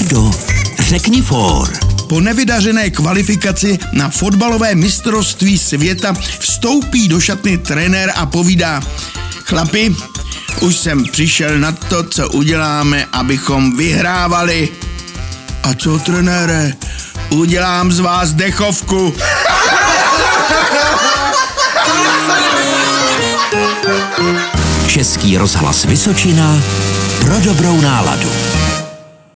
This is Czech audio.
Frejdo, řekni for. Po nevydařené kvalifikaci na fotbalové mistrovství světa vstoupí do šatny trenér a povídá: chlapi, už jsem přišel na to, co uděláme, abychom vyhrávali. A co, trenére? Udělám z vás dechovku. Český rozhlas Vysočina pro dobrou náladu.